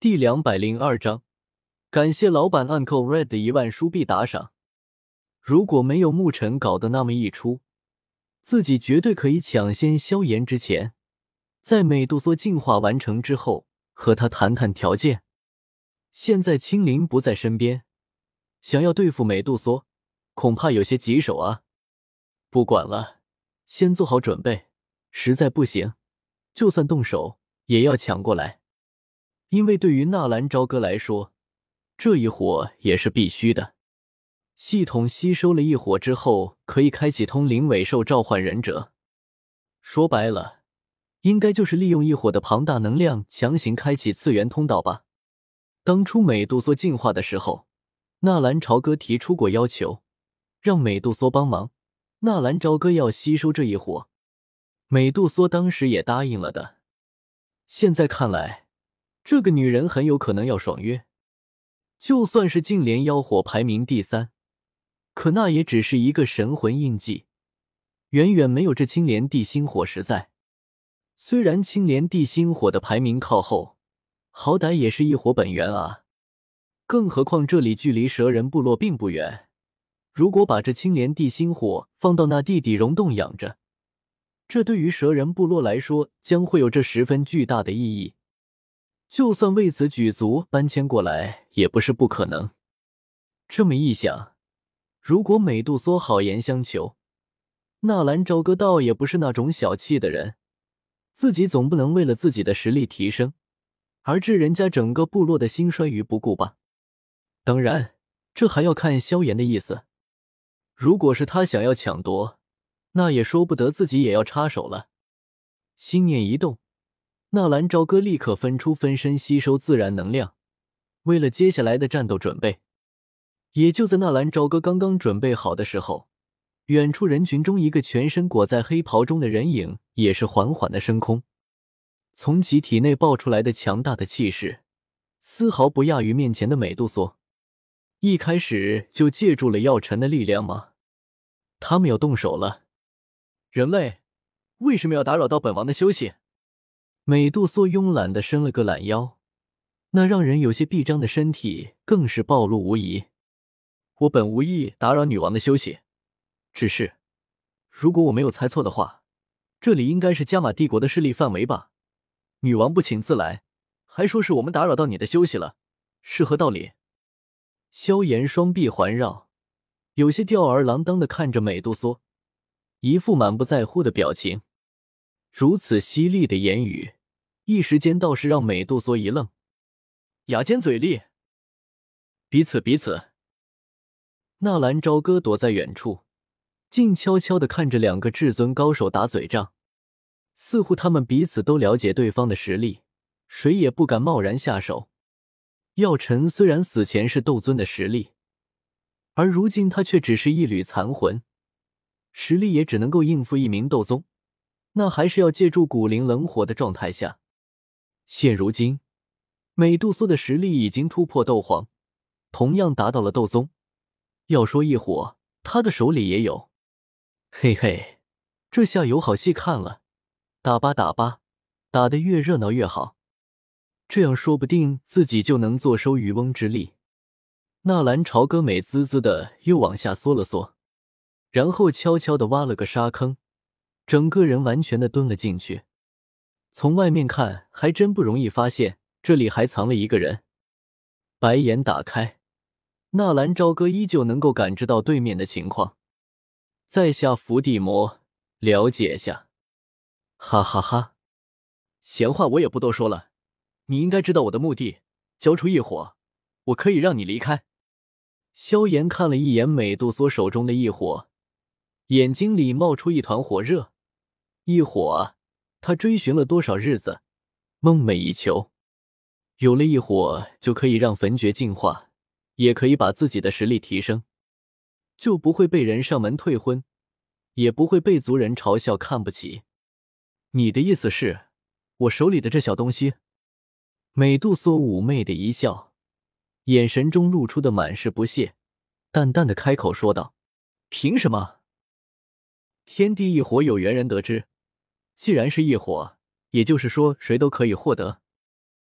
第202章，感谢老板暗扣 Red 的1万书币打赏。如果没有牧尘搞的那么一出，自己绝对可以抢先萧炎之前，在美杜莎进化完成之后和他谈谈条件。现在青灵不在身边，想要对付美杜莎恐怕有些棘手啊。不管了，先做好准备，实在不行就算动手也要抢过来。因为对于纳兰朝歌来说，这一火也是必须的。系统吸收了一火之后，可以开启通灵尾兽召唤忍者。说白了，应该就是利用一火的庞大能量强行开启次元通道吧。当初美杜莎进化的时候，纳兰朝歌提出过要求，让美杜莎帮忙，纳兰朝歌要吸收这一火，美杜莎当时也答应了的。现在看来，这个女人很有可能要爽约。就算是净莲妖火排名第3，可那也只是一个神魂印记，远远没有这青莲地心火实在。虽然青莲地心火的排名靠后，好歹也是一火本源啊。更何况这里距离蛇人部落并不远，如果把这青莲地心火放到那地底溶洞养着，这对于蛇人部落来说将会有着十分巨大的意义。就算为此举族搬迁过来也不是不可能。这么一想，如果美杜莎好言相求，纳兰朝歌倒也不是那种小气的人，自己总不能为了自己的实力提升而置人家整个部落的兴衰于不顾吧。当然，这还要看萧炎的意思。如果是他想要抢夺，那也说不得自己也要插手了。心念一动，纳兰朝歌立刻分出分身吸收自然能量，为了接下来的战斗准备。也就在纳兰朝歌刚刚准备好的时候，远处人群中一个全身裹在黑袍中的人影也是缓缓的升空。从其体内爆出来的强大的气势，丝毫不亚于面前的美杜莎。一开始就借助了药尘的力量吗？他们要动手了。人类，为什么要打扰到本王的休息？美杜莎慵懒地伸了个懒腰，那让人有些臂张的身体更是暴露无遗。我本无意打扰女王的休息，只是如果我没有猜错的话，这里应该是加玛帝国的势力范围吧？女王不请自来，还说是我们打扰到你的休息了，是何道理？萧炎双臂环绕，有些吊儿郎当地看着美杜莎，一副满不在乎的表情。如此犀利的言语，一时间倒是让美杜莎一愣。牙尖嘴利，彼此。纳兰朝歌躲在远处，静悄悄地看着两个至尊高手打嘴仗，似乎他们彼此都了解对方的实力，谁也不敢贸然下手。药尘虽然死前是斗尊的实力，而如今他却只是一缕残魂，实力也只能够应付一名斗宗，那还是要借助古灵冷火的状态下。现如今，美杜莎的实力已经突破斗皇，同样达到了斗宗。要说一火，他的手里也有。嘿嘿，这下有好戏看了，打吧，打得越热闹越好。这样说不定自己就能坐收渔翁之利。纳兰朝歌美滋滋的又往下缩了缩，然后悄悄地挖了个沙坑，整个人完全的蹲了进去。从外面看还真不容易发现这里还藏了一个人。白眼打开，纳兰朝歌依旧能够感知到对面的情况。在下伏地魔，了解下。哈哈哈，闲话我也不多说了，你应该知道我的目的，交出异火，我可以让你离开。萧炎看了一眼美杜莎手中的异火，眼睛里冒出一团火热。异火啊，他追寻了多少日子，梦寐以求。有了异火，就可以让焚诀进化，也可以把自己的实力提升，就不会被人上门退婚，也不会被族人嘲笑看不起。你的意思是，我手里的这小东西？美杜莎妩媚的一笑，眼神中露出的满是不屑，淡淡的开口说道：凭什么？天地异火有缘人得之，既然是异火，也就是说谁都可以获得。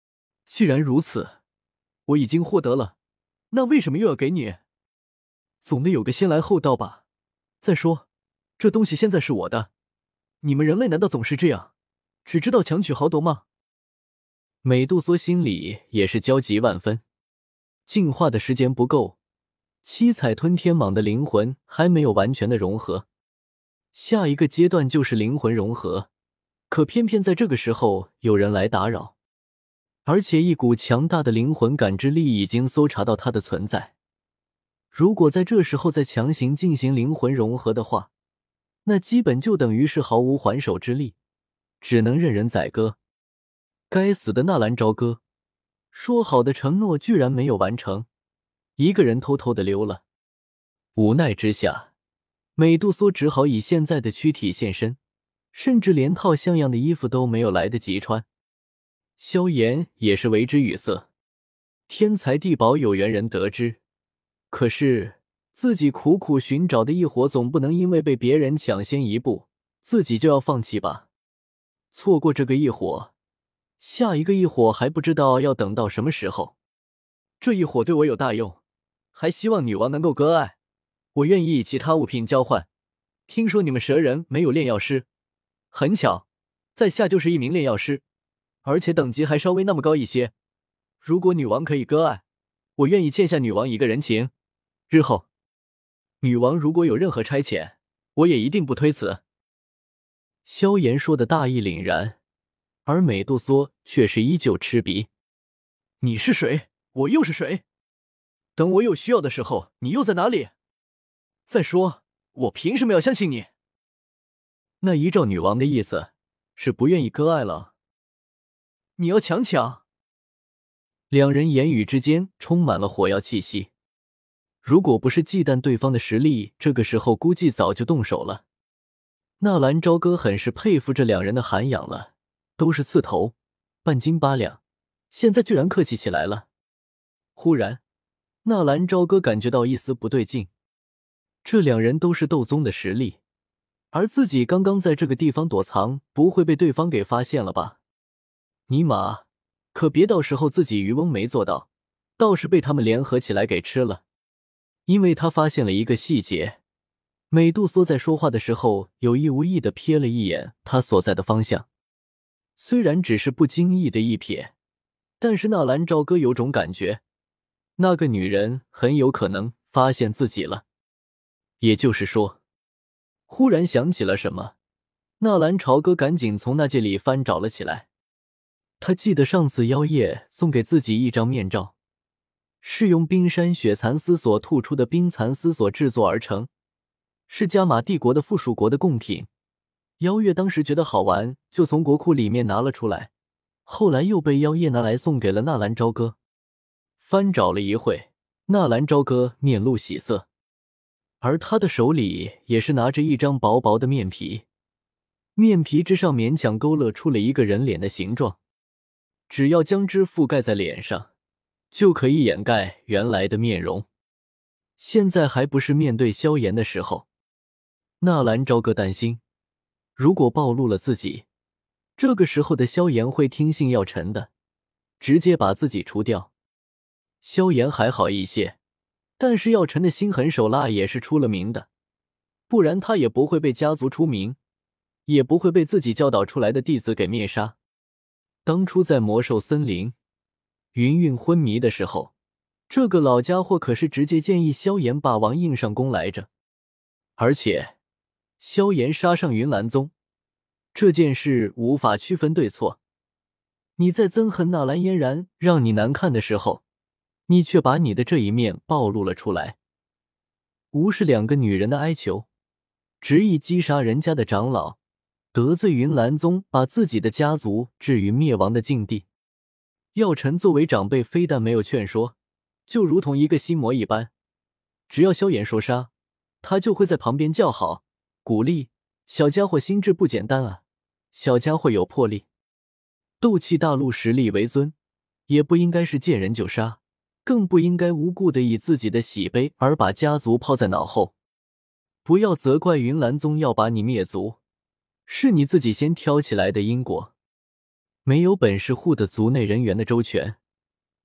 既然如此，我已经获得了，那为什么又要给你？总得有个先来后到吧。再说，这东西现在是我的，你们人类难道总是这样，只知道强取豪夺吗？美杜莎心里也是焦急万分，进化的时间不够，七彩吞天蟒的灵魂还没有完全的融合，下一个阶段就是灵魂融合，可偏偏在这个时候有人来打扰，而且一股强大的灵魂感知力已经搜查到它的存在。如果在这时候再强行进行灵魂融合的话，那基本就等于是毫无还手之力，只能任人宰割。该死的纳兰朝歌，说好的承诺居然没有完成，一个人偷偷的溜了。无奈之下，美杜莎只好以现在的躯体现身，甚至连套像样的衣服都没有来得及穿。萧炎也是为之语塞，天才地宝有缘人得知，可是自己苦苦寻找的异火总不能因为被别人抢先一步，自己就要放弃吧。错过这个异火，下一个异火还不知道要等到什么时候。这异火对我有大用，还希望女王能够割爱，我愿意以其他物品交换。听说你们蛇人没有炼药师，很巧，在下就是一名炼药师，而且等级还稍微那么高一些。如果女王可以割爱，我愿意欠下女王一个人情，日后女王如果有任何差遣，我也一定不推辞。萧炎说的大义凛然，而美杜莎却是依旧吃鼻。你是谁？我又是谁？等我有需要的时候，你又在哪里？再说，我凭什么要相信你？那依照女王的意思，是不愿意割爱了。你要强抢？两人言语之间充满了火药气息。如果不是忌惮对方的实力，这个时候估计早就动手了。纳兰朝歌很是佩服这两人的涵养了，都是刺头，半斤八两，现在居然客气起来了。忽然，纳兰朝歌感觉到一丝不对劲，这两人都是斗宗的实力，而自己刚刚在这个地方躲藏，不会被对方给发现了吧？尼玛，可别到时候自己渔翁没做到，倒是被他们联合起来给吃了。因为他发现了一个细节，美杜莎在说话的时候有意无意地瞥了一眼他所在的方向，虽然只是不经意的一瞥，但是纳兰朝歌有种感觉，那个女人很有可能发现自己了。也就是说，忽然想起了什么，纳兰朝歌赶紧从那戒里翻找了起来。他记得上次妖夜送给自己一张面罩，是用冰山雪蚕丝所吐出的冰蚕丝所制作而成，是加玛帝国的附属国的贡品。妖月当时觉得好玩，就从国库里面拿了出来，后来又被妖夜拿来送给了纳兰朝歌。翻找了一会，纳兰朝歌面露喜色，而他的手里也是拿着一张薄薄的面皮，面皮之上勉强勾勒出了一个人脸的形状，只要将之覆盖在脸上，就可以掩盖原来的面容。现在还不是面对萧炎的时候，纳兰朝歌担心，如果暴露了自己，这个时候的萧炎会听信药尘的，直接把自己除掉。萧炎还好一些，但是药尘的心狠手辣也是出了名的，不然他也不会被家族出名，也不会被自己教导出来的弟子给灭杀。当初在魔兽森林，云云昏迷的时候，这个老家伙可是直接建议萧炎霸王硬上弓来着。而且萧炎杀上云岚宗这件事无法区分对错，你在憎恨纳兰嫣然让你难看的时候，你却把你的这一面暴露了出来，无视两个女人的哀求，执意击杀人家的长老，得罪云岚宗，把自己的家族置于灭亡的境地。药尘作为长辈，非但没有劝说，就如同一个心魔一般，只要萧炎说杀，他就会在旁边叫好鼓励，小家伙心智不简单啊，小家伙有魄力。斗气大陆实力为尊，也不应该是见人就杀，更不应该无故的以自己的喜悲而把家族抛在脑后。不要责怪云岚宗要把你灭族，是你自己先挑起来的因果。没有本事护得族内人员的周全，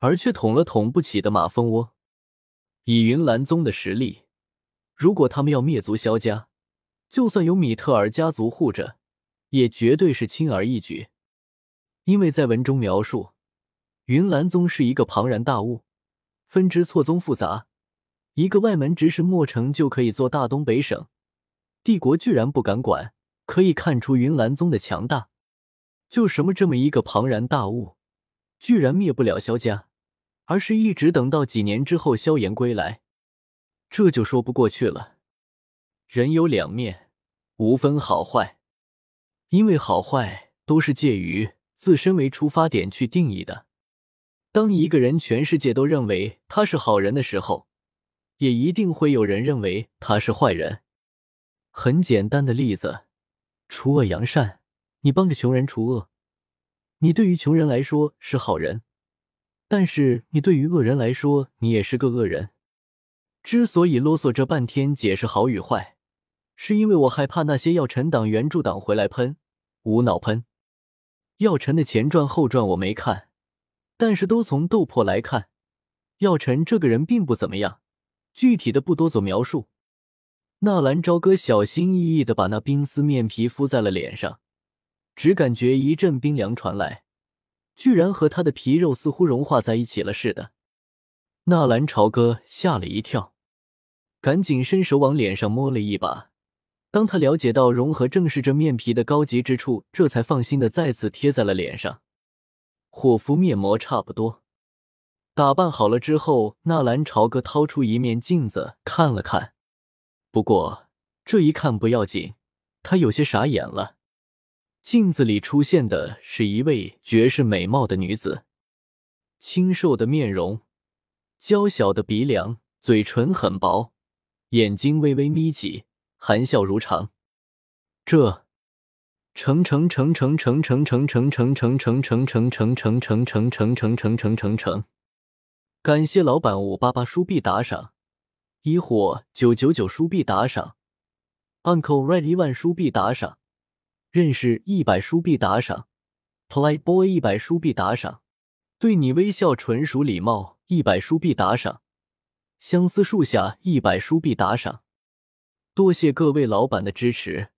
而却捅了捅不起的马蜂窝。以云岚宗的实力，如果他们要灭族萧家，就算有米特尔家族护着，也绝对是轻而易举。因为在文中描述，云岚宗是一个庞然大物，分支错综复杂，一个外门执事墨城就可以做大东北省，帝国居然不敢管，可以看出云岚宗的强大。就什么这么一个庞然大物，居然灭不了萧家，而是一直等到几年之后萧炎归来，这就说不过去了。人有两面，无分好坏，因为好坏都是介于自身为出发点去定义的。当一个人全世界都认为他是好人的时候，也一定会有人认为他是坏人。很简单的例子，除恶扬善，你帮着穷人除恶，你对于穷人来说是好人，但是你对于恶人来说，你也是个恶人。之所以啰嗦这半天解释好与坏，是因为我害怕那些药尘党原著党回来喷，无脑喷。药尘的前传后传我没看，但是都从斗破来看，药尘这个人并不怎么样，具体的不多做描述。纳兰朝歌小心翼翼地把那冰丝面皮敷在了脸上，只感觉一阵冰凉传来，居然和他的皮肉似乎融化在一起了似的。纳兰朝歌吓了一跳，赶紧伸手往脸上摸了一把，当他了解到融合正是这面皮的高级之处，这才放心的再次贴在了脸上。火敷面膜差不多，打扮好了之后，纳兰朝歌掏出一面镜子看了看。不过这一看不要紧，他有些傻眼了。镜子里出现的是一位绝世美貌的女子，清瘦的面容，娇小的鼻梁，嘴唇很薄，眼睛微微眯起，含笑如常。这成，感谢老板588书币打赏，一火999书币打赏 ，Uncle Red 10000书币打赏，认识100书币打赏 ，Playboy 100书币打赏，对你微笑纯属礼貌100书币打赏，相思树下100书币打赏，多谢各位老板的支持。